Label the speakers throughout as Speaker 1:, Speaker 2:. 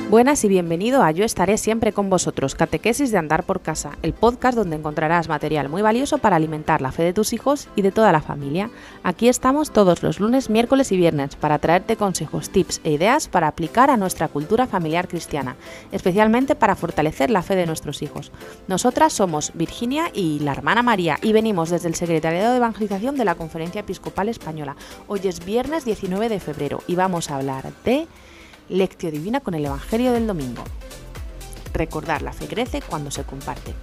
Speaker 1: Buenas y bienvenido a Yo estaré siempre con vosotros, Catequesis de Andar por Casa, el podcast donde encontrarás material muy valioso para alimentar la fe de tus hijos y de toda la familia. Aquí estamos todos los lunes, miércoles y viernes para traerte consejos, tips e ideas para aplicar a nuestra cultura familiar cristiana, especialmente para fortalecer la fe de nuestros hijos. Nosotras somos Virginia y la hermana María y venimos desde el Secretariado de Evangelización de la Conferencia Episcopal Española. Hoy es viernes 19 de febrero y vamos a hablar de Lectio Divina con el Evangelio del domingo. Recordar, la fe crece cuando se comparte.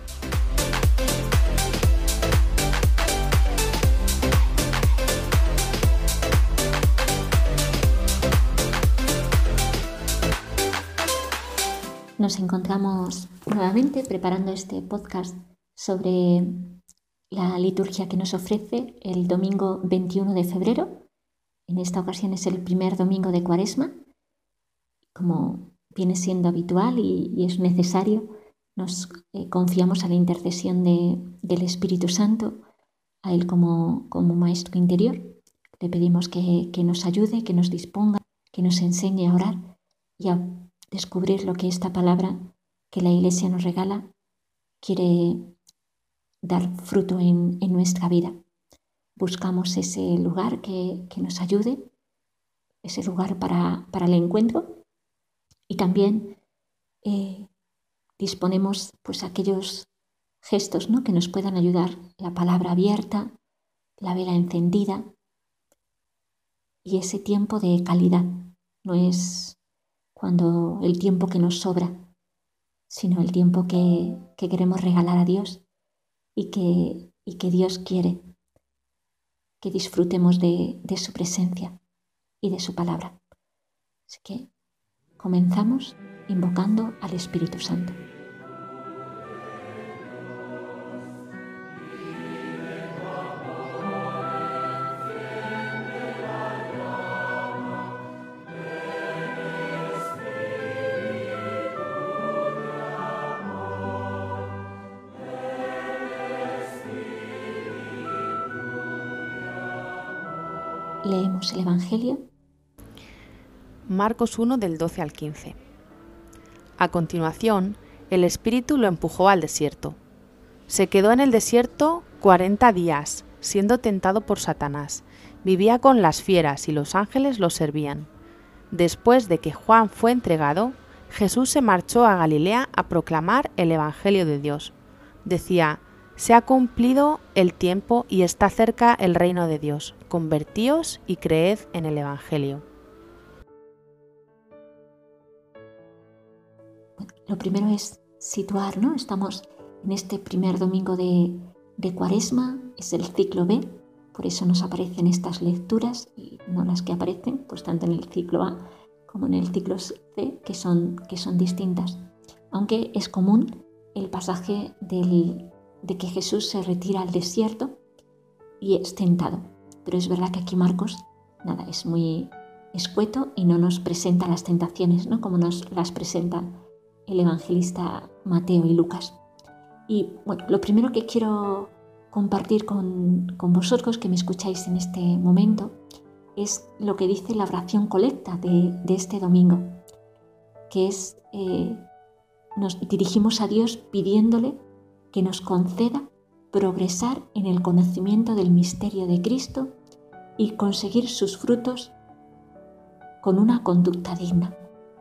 Speaker 2: Nos encontramos nuevamente preparando este podcast sobre la liturgia que nos ofrece el domingo 21 de febrero. En esta ocasión es el primer domingo de Cuaresma. Como viene siendo habitual y es necesario, nos confiamos a la intercesión del Espíritu Santo, a Él como Maestro interior. Le pedimos que nos ayude, que nos disponga, que nos enseñe a orar y a descubrir lo que esta palabra que la Iglesia nos regala quiere dar fruto en nuestra vida. Buscamos ese lugar que nos ayude, ese lugar para el encuentro. Y también disponemos pues aquellos gestos, ¿no?, que nos puedan ayudar, la palabra abierta, la vela encendida y ese tiempo de calidad. No es cuando el tiempo que nos sobra, sino el tiempo que queremos regalar a Dios y que Dios quiere que disfrutemos de su presencia y de su palabra. Así que comenzamos invocando al Espíritu Santo. Leemos el Evangelio.
Speaker 1: Marcos 1 del 12 al 15. A continuación, el Espíritu lo empujó al desierto. Se quedó en el desierto 40 días, siendo tentado por Satanás. Vivía con las fieras y los ángeles lo servían. Después de que Juan fue entregado, Jesús se marchó a Galilea a proclamar el Evangelio de Dios. Decía: se ha cumplido el tiempo y está cerca el reino de Dios. Convertíos y creed en el Evangelio.
Speaker 2: Lo primero es situar, ¿no? Estamos en este primer domingo de Cuaresma, es el ciclo B, por eso nos aparecen estas lecturas y no las que aparecen, pues tanto en el ciclo A como en el ciclo C, que son distintas. Aunque es común el pasaje de que Jesús se retira al desierto y es tentado. Pero es verdad que aquí Marcos, es muy escueto y no nos presenta las tentaciones, ¿no?, como nos las presenta el evangelista Mateo y Lucas. Y bueno, lo primero que quiero compartir con vosotros que me escucháis en este momento es lo que dice la oración colecta de este domingo, que es, nos dirigimos a Dios pidiéndole que nos conceda progresar en el conocimiento del misterio de Cristo y conseguir sus frutos con una conducta digna.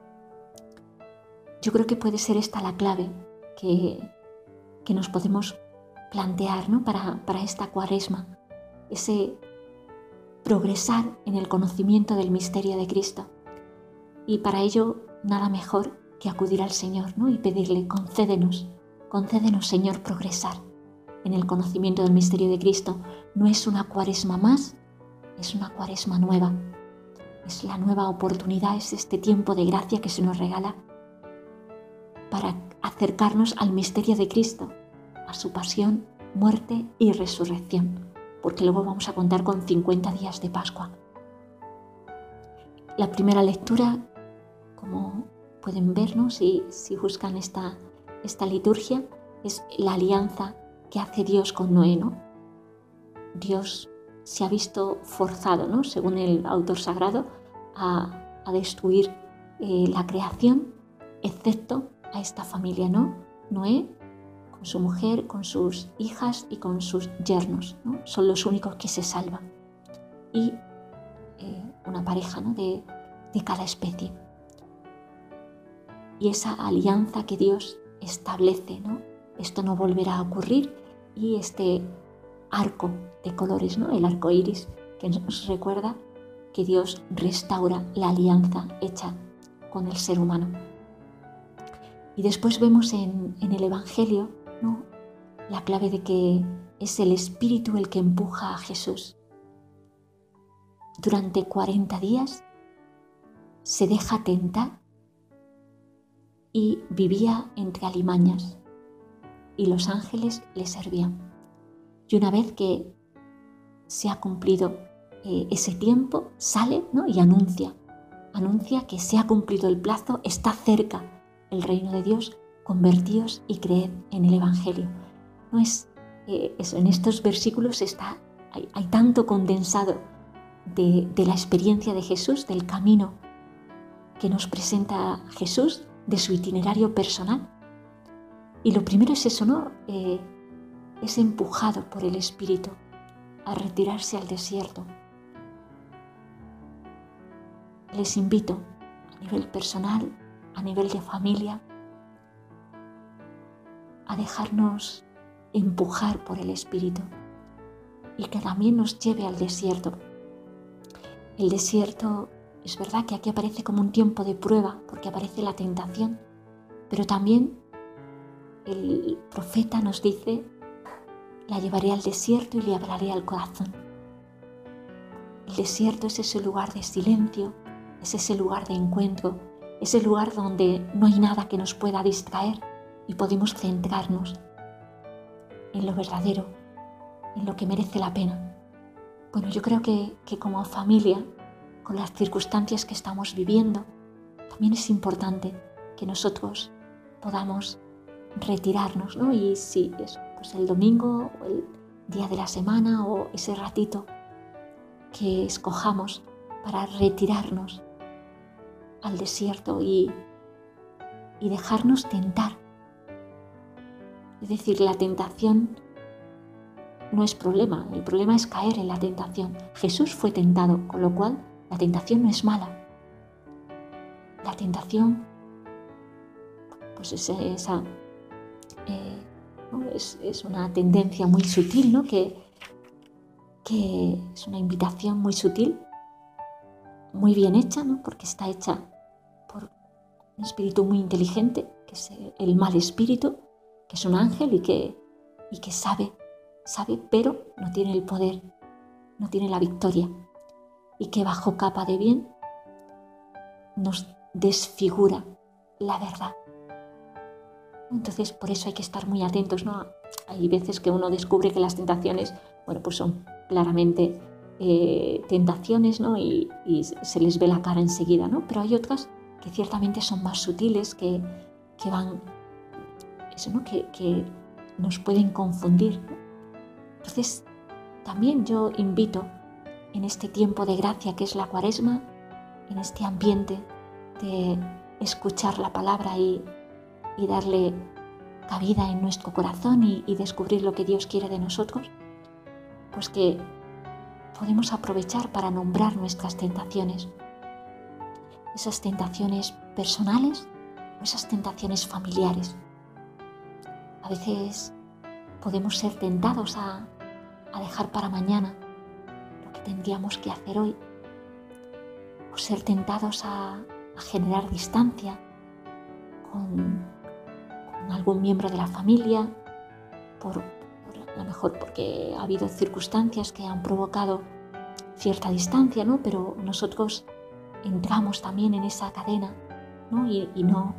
Speaker 2: Yo creo que puede ser esta la clave que nos podemos plantear, ¿no?, para esta Cuaresma, ese progresar en el conocimiento del misterio de Cristo. Y para ello nada mejor que acudir al Señor, ¿no?, y pedirle: concédenos, Señor, progresar en el conocimiento del misterio de Cristo. No es una Cuaresma más, es una Cuaresma nueva. Es la nueva oportunidad, es este tiempo de gracia que se nos regala para acercarnos al misterio de Cristo, a su pasión, muerte y resurrección, porque luego vamos a contar con 50 días de Pascua. La primera lectura, como pueden ver, ¿no?, si buscan esta liturgia, es la alianza que hace Dios con Noé, ¿no? Dios se ha visto forzado, ¿no?, según el autor sagrado, a destruir la creación excepto a esta familia, ¿no? Noé, con su mujer, con sus hijas y con sus yernos, ¿no? Son los únicos que se salvan. Y una pareja, ¿no? de cada especie. Y esa alianza que Dios establece, ¿no? Esto no volverá a ocurrir, y este arco de colores, ¿no? El arco iris, que nos recuerda que Dios restaura la alianza hecha con el ser humano. Y después vemos en el Evangelio, ¿no? La clave de que es el Espíritu el que empuja a Jesús. Durante 40 días se deja tentar y vivía entre alimañas, y los ángeles le servían. Y una vez que se ha cumplido ese tiempo, sale, ¿no? Y anuncia que se ha cumplido el plazo, está cerca el reino de Dios, convertíos y creed en el Evangelio. No es eso, en estos versículos hay tanto condensado de la experiencia de Jesús, del camino que nos presenta Jesús, de su itinerario personal. Y lo primero es eso, ¿no? Es empujado por el Espíritu a retirarse al desierto. Les invito a nivel personal, a nivel de familia, a dejarnos empujar por el Espíritu y que también nos lleve al desierto. El desierto es verdad que aquí aparece como un tiempo de prueba, porque aparece la tentación, pero también el profeta nos dice: la llevaré al desierto y le hablaré al corazón. El desierto es ese lugar de silencio, es ese lugar de encuentro, ese lugar donde no hay nada que nos pueda distraer y podemos centrarnos en lo verdadero, en lo que merece la pena. Bueno, yo creo que como familia, con las circunstancias que estamos viviendo, también es importante que nosotros podamos retirarnos, ¿no? Y si es pues el domingo o el día de la semana o ese ratito que escojamos para retirarnos al desierto y dejarnos tentar. Es decir, la tentación no es problema, el problema es caer en la tentación. Jesús fue tentado, con lo cual la tentación no es mala. La tentación pues es una tendencia muy sutil, ¿no? Que es una invitación muy sutil, muy bien hecha, ¿no? Porque está hecha por un espíritu muy inteligente, que es el mal espíritu, que es un ángel y que sabe, pero no tiene el poder, no tiene la victoria, y que bajo capa de bien nos desfigura la verdad. Entonces, por eso hay que estar muy atentos, ¿no? Hay veces que uno descubre que las tentaciones, bueno, pues son claramente tentaciones, ¿no? Y se les ve la cara enseguida, ¿no? Pero hay otras que ciertamente son más sutiles, que van, eso, ¿no? Que nos pueden confundir, ¿no? Entonces, también yo invito en este tiempo de gracia que es la Cuaresma, en este ambiente de escuchar la palabra y darle cabida en nuestro corazón y descubrir lo que Dios quiere de nosotros, pues que podemos aprovechar para nombrar nuestras tentaciones, esas tentaciones personales o esas tentaciones familiares. A veces podemos ser tentados a dejar para mañana lo que tendríamos que hacer hoy, o ser tentados a generar distancia con algún miembro de la familia, a lo mejor porque ha habido circunstancias que han provocado cierta distancia, ¿no? Pero nosotros entramos también en esa cadena, ¿no? Y no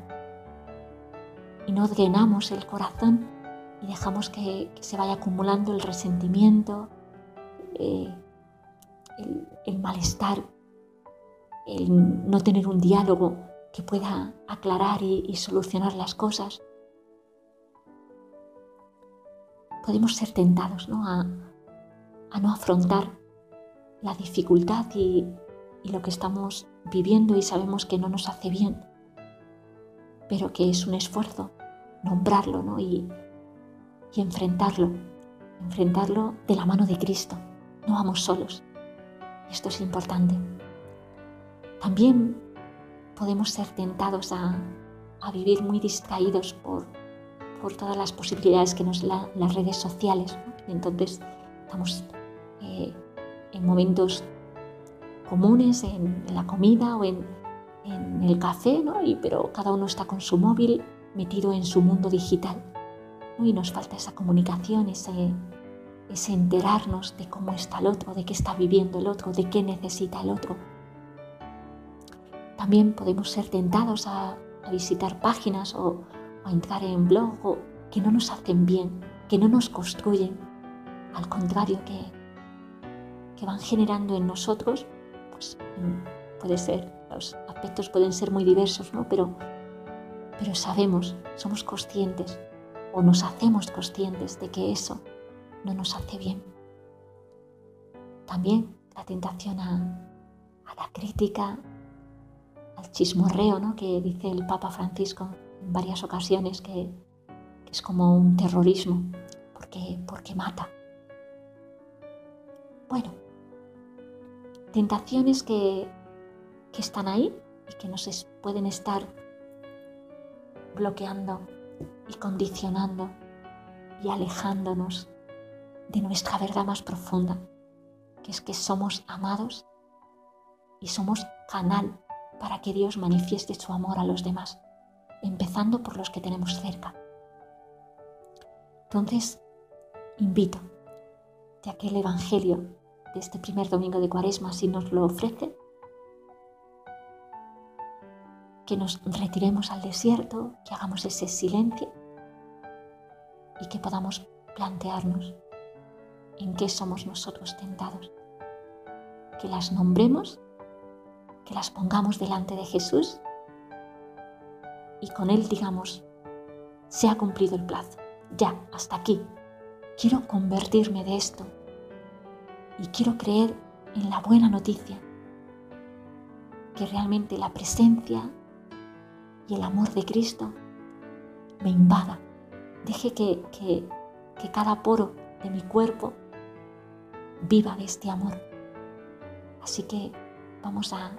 Speaker 2: drenamos el corazón y dejamos que se vaya acumulando el resentimiento, el malestar, el no tener un diálogo que pueda aclarar y solucionar las cosas. Podemos ser tentados, ¿no? a no afrontar la dificultad y lo que estamos viviendo y sabemos que no nos hace bien. pero que es un esfuerzo nombrarlo, ¿no? y enfrentarlo de la mano de Cristo. No vamos solos. Esto es importante. También podemos ser tentados a vivir muy distraídos por todas las posibilidades que nos dan las redes sociales, ¿no? Entonces estamos en momentos comunes, en la comida o en el café, ¿no? Pero cada uno está con su móvil metido en su mundo digital, ¿no? Y nos falta esa comunicación, ese enterarnos de cómo está el otro, de qué está viviendo el otro, de qué necesita el otro. También podemos ser tentados a visitar páginas o a entrar en blog que no nos hacen bien, que no nos construyen, al contrario, que van generando en nosotros, pues puede ser, los aspectos pueden ser muy diversos, ¿no? Pero sabemos, somos conscientes o nos hacemos conscientes de que eso no nos hace bien. También la tentación a la crítica, al chismorreo, ¿no? Que dice el Papa Francisco en varias ocasiones que es como un terrorismo porque mata. Bueno, tentaciones que están ahí y que nos pueden estar bloqueando y condicionando y alejándonos de nuestra verdad más profunda, que es que somos amados y somos canal para que Dios manifieste su amor a los demás, empezando por los que tenemos cerca. Entonces, invito, ya que el Evangelio de este primer domingo de Cuaresma así nos lo ofrece, que nos retiremos al desierto, que hagamos ese silencio y que podamos plantearnos en qué somos nosotros tentados, que las nombremos, que las pongamos delante de Jesús y con Él digamos, se ha cumplido el plazo, ya, hasta aquí, quiero convertirme de esto y quiero creer en la buena noticia, que realmente la presencia y el amor de Cristo me invada, deje que cada poro de mi cuerpo viva de este amor. Así que vamos a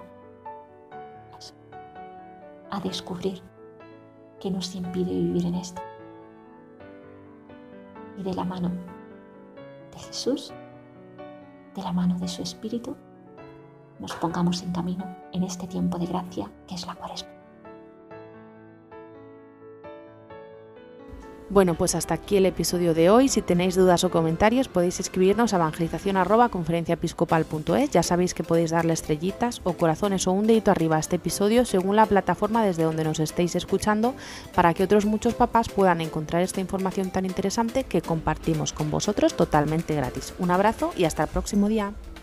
Speaker 2: descubrir qué nos impide vivir en esto. Y de la mano de Jesús, de la mano de su Espíritu, nos pongamos en camino en este tiempo de gracia que es la Cuaresma.
Speaker 1: Bueno, pues hasta aquí el episodio de hoy. Si tenéis dudas o comentarios podéis escribirnos a evangelizacion@conferenciaepiscopal.es. Ya sabéis que podéis darle estrellitas o corazones o un dedito arriba a este episodio según la plataforma desde donde nos estéis escuchando, para que otros muchos papás puedan encontrar esta información tan interesante que compartimos con vosotros totalmente gratis. Un abrazo y hasta el próximo día.